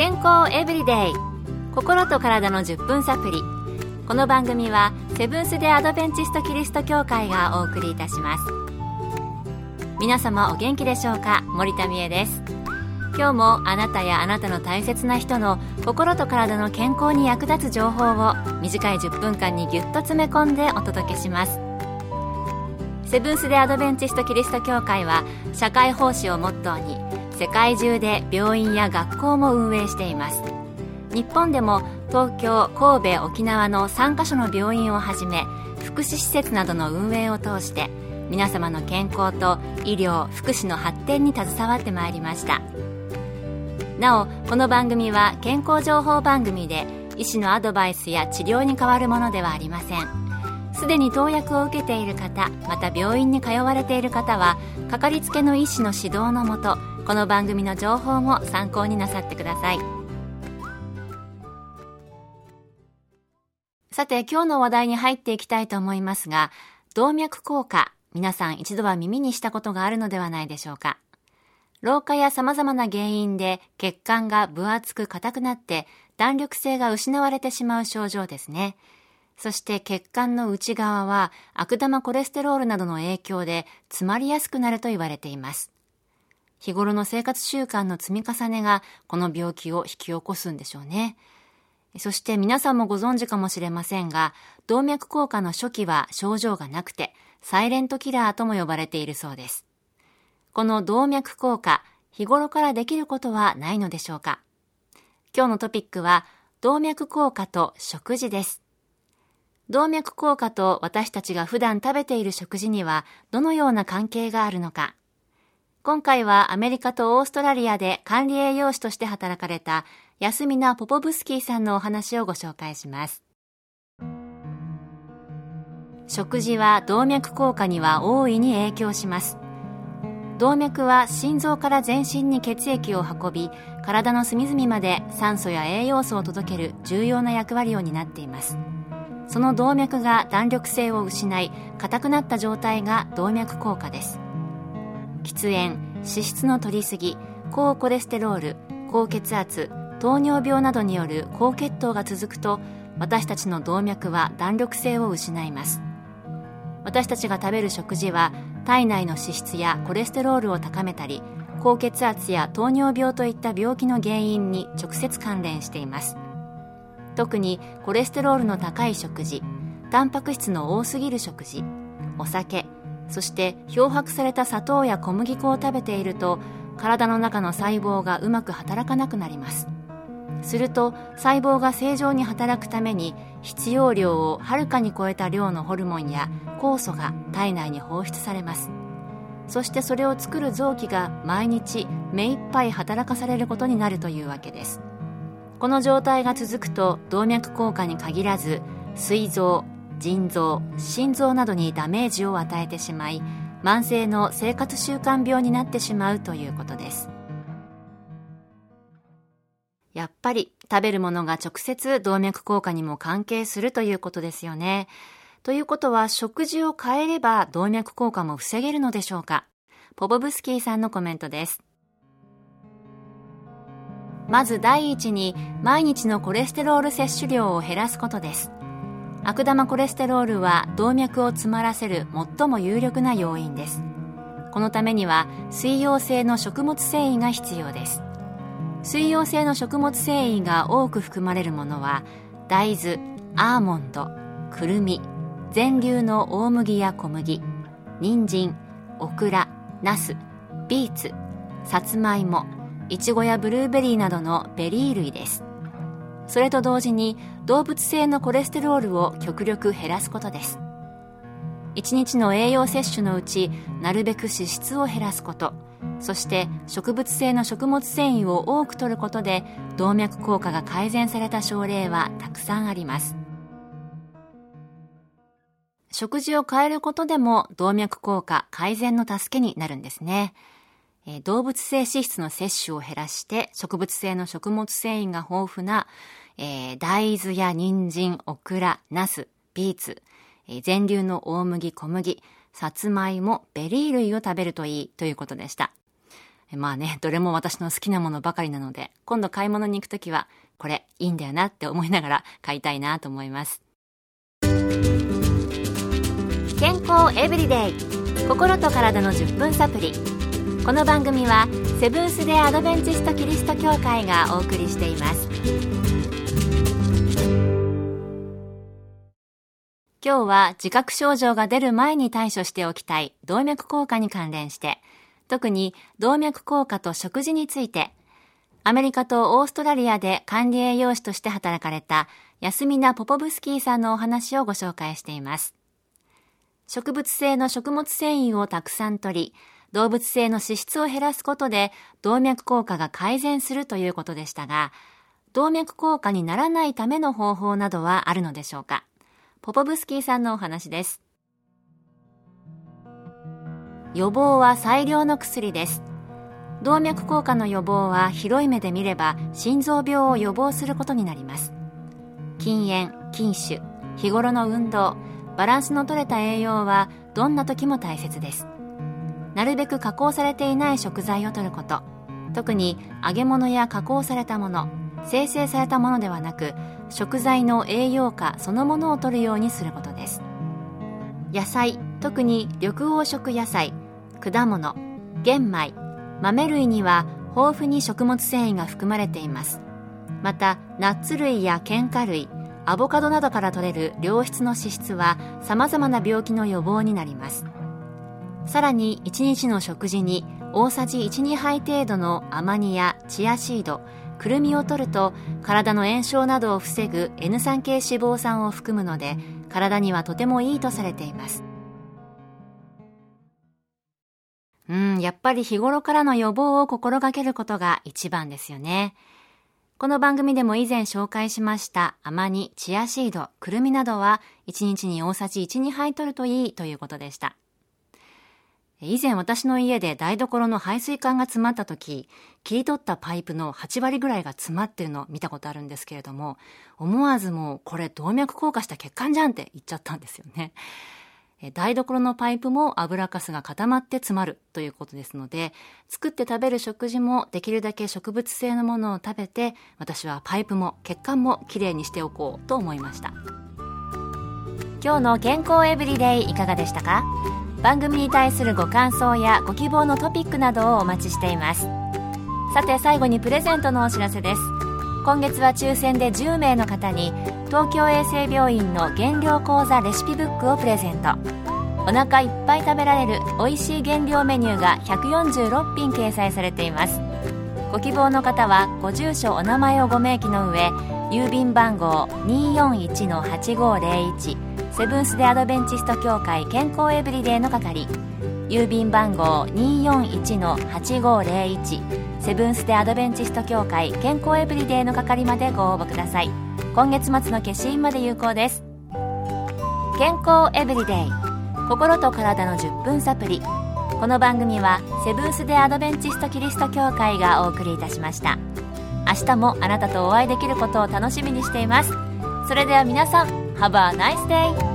健康エブリデイ、心と体の10分サプリ。この番組はセブンス・デ・アドベンチスト・キリスト教会がお送りいたします。皆様お元気でしょうか。森田美恵です。今日もあなたやあなたの大切な人の心と体の健康に役立つ情報を短い10分間にぎゅっと詰め込んでお届けします。セブンス・デ・アドベンチスト・キリスト教会は社会奉仕をモットーに世界中で病院や学校も運営しています。日本でも東京、神戸、沖縄の3カ所の病院をはじめ福祉施設などの運営を通して皆様の健康と医療・福祉の発展に携わってまいりました。なお、この番組は健康情報番組で医師のアドバイスや治療に代わるものではありません。すでに投薬を受けている方、また病院に通われている方はかかりつけの医師の指導のもと、この番組の情報も参考になさってください。さて、今日の話題に入っていきたいと思いますが、動脈硬化、皆さん一度は耳にしたことがあるのではないでしょうか。老化や様々な原因で血管が分厚く硬くなって弾力性が失われてしまう症状ですね。そして血管の内側は悪玉コレステロールなどの影響で詰まりやすくなると言われています。日頃の生活習慣の積み重ねがこの病気を引き起こすんでしょうね。そして皆さんもご存知かもしれませんが、動脈硬化の初期は症状がなくてサイレントキラーとも呼ばれているそうです。この動脈硬化、日頃からできることはないのでしょうか。今日のトピックは動脈硬化と食事です。動脈硬化と私たちが普段食べている食事にはどのような関係があるのか。今回はアメリカとオーストラリアで管理栄養士として働かれたヤスミナ・ポポブスキーさんのお話をご紹介します。食事は動脈硬化には大いに影響します。動脈は心臓から全身に血液を運び、体の隅々まで酸素や栄養素を届ける重要な役割を担っています。その動脈が弾力性を失い、硬くなった状態が動脈硬化です。喫煙、脂質の摂りすぎ、高コレステロール、高血圧、糖尿病などによる高血糖が続くと、私たちの動脈は弾力性を失います。私たちが食べる食事は体内の脂質やコレステロールを高めたり、高血圧や糖尿病といった病気の原因に直接関連しています。特にコレステロールの高い食事、タンパク質の多すぎる食事、お酒、そして漂白された砂糖や小麦粉を食べていると、体の中の細胞がうまく働かなくなります。すると細胞が正常に働くために必要量をはるかに超えた量のホルモンや酵素が体内に放出されます。そしてそれを作る臓器が毎日目いっぱい働かされることになるというわけです。この状態が続くと動脈硬化に限らず膵臓、腎臓、心臓などにダメージを与えてしまい、慢性の生活習慣病になってしまうということです。やっぱり食べるものが直接動脈硬化にも関係するということですよね。ということは食事を変えれば動脈硬化も防げるのでしょうか。ポボブスキーさんのコメントです。まず第一に、毎日のコレステロール摂取量を減らすことです。悪玉コレステロールは動脈を詰まらせる最も有力な要因です。このためには水溶性の食物繊維が必要です。水溶性の食物繊維が多く含まれるものは大豆、アーモンド、くるみ、全粒の大麦や小麦、人参、オクラ、ナス、ビーツ、さつまいも、イチゴやブルーベリーなどのベリー類です。それと同時に動物性のコレステロールを極力減らすことです。1日の栄養摂取のうちなるべく脂質を減らすこと、そして植物性の食物繊維を多く摂ることで動脈硬化が改善された症例はたくさんあります。食事を変えることでも動脈硬化改善の助けになるんですね。動物性脂質の摂取を減らして植物性の食物繊維が豊富な、大豆や人参、オクラ、ナス、ビーツ、全粒の大麦、小麦、さつまいも、ベリー類を食べるといいということでした。 どれも私の好きなものばかりなので、今度買い物に行くときはこれいいんだよなって思いながら買いたいなと思います。健康エブリデイ、心と体の10分サプリ。この番組はセブンス・デ・アドベンチスト・キリスト教会がお送りしています。今日は自覚症状が出る前に対処しておきたい動脈硬化に関連して、特に動脈硬化と食事について、アメリカとオーストラリアで管理栄養士として働かれたヤスミナ・ポポブスキーさんのお話をご紹介しています。植物性の食物繊維をたくさん摂り、動物性の脂質を減らすことで動脈硬化が改善するということでしたが、動脈硬化にならないための方法などはあるのでしょうか。ポポブスキーさんのお話です。予防は最良の薬です。動脈硬化の予防は広い目で見れば心臓病を予防することになります。禁煙、禁酒、日頃の運動、バランスの取れた栄養はどんな時も大切です。なるべく加工されていない食材を摂ること、特に揚げ物や加工されたもの、精製されたものではなく、食材の栄養価そのものを摂るようにすることです。野菜、特に緑黄色野菜、果物、玄米、豆類には豊富に食物繊維が含まれています。またナッツ類やケンカ類、アボカドなどから摂れる良質の脂質は様々な病気の予防になります。さらに1日の食事に大さじ 1,2 杯程度のアマニやチアシード、くるみを摂ると体の炎症などを防ぐ N 酸系脂肪酸を含むので、体にはとてもいいとされています。やっぱり日頃からの予防を心がけることが一番ですよね。この番組でも以前紹介しましたアマニ、チアシード、くるみなどは1日に大さじ 1,2 杯摂るといいということでした。以前私の家で台所の排水管が詰まった時、切り取ったパイプの8割ぐらいが詰まってるのを見たことあるんですけれども、思わずもうこれ動脈硬化した血管じゃんって言っちゃったんですよね。台所のパイプも油かすが固まって詰まるということですので、作って食べる食事もできるだけ植物性のものを食べて、私はパイプも血管もきれいにしておこうと思いました。今日の健康エブリデイいかがでしたか？番組に対するご感想やご希望のトピックなどをお待ちしています。さて最後にプレゼントのお知らせです。今月は抽選で10名の方に東京衛生病院の減量講座レシピブックをプレゼント。お腹いっぱい食べられる美味しい減量メニューが146品掲載されています。ご希望の方はご住所お名前をご明記の上、郵便番号 241-8501 セブンス・デ・アドベンチスト協会健康エブリデイの係、郵便番号 241-8501 セブンス・デ・アドベンチスト協会健康エブリデイの係までご応募ください。今月末の消印まで有効です。健康エブリデイ、心と体の10分サプリ。この番組はセブンス・デ・アドベンチスト・キリスト教会がお送りいたしました。明日もあなたとお会いできることを楽しみにしています。それでは皆さん、Have a nice day!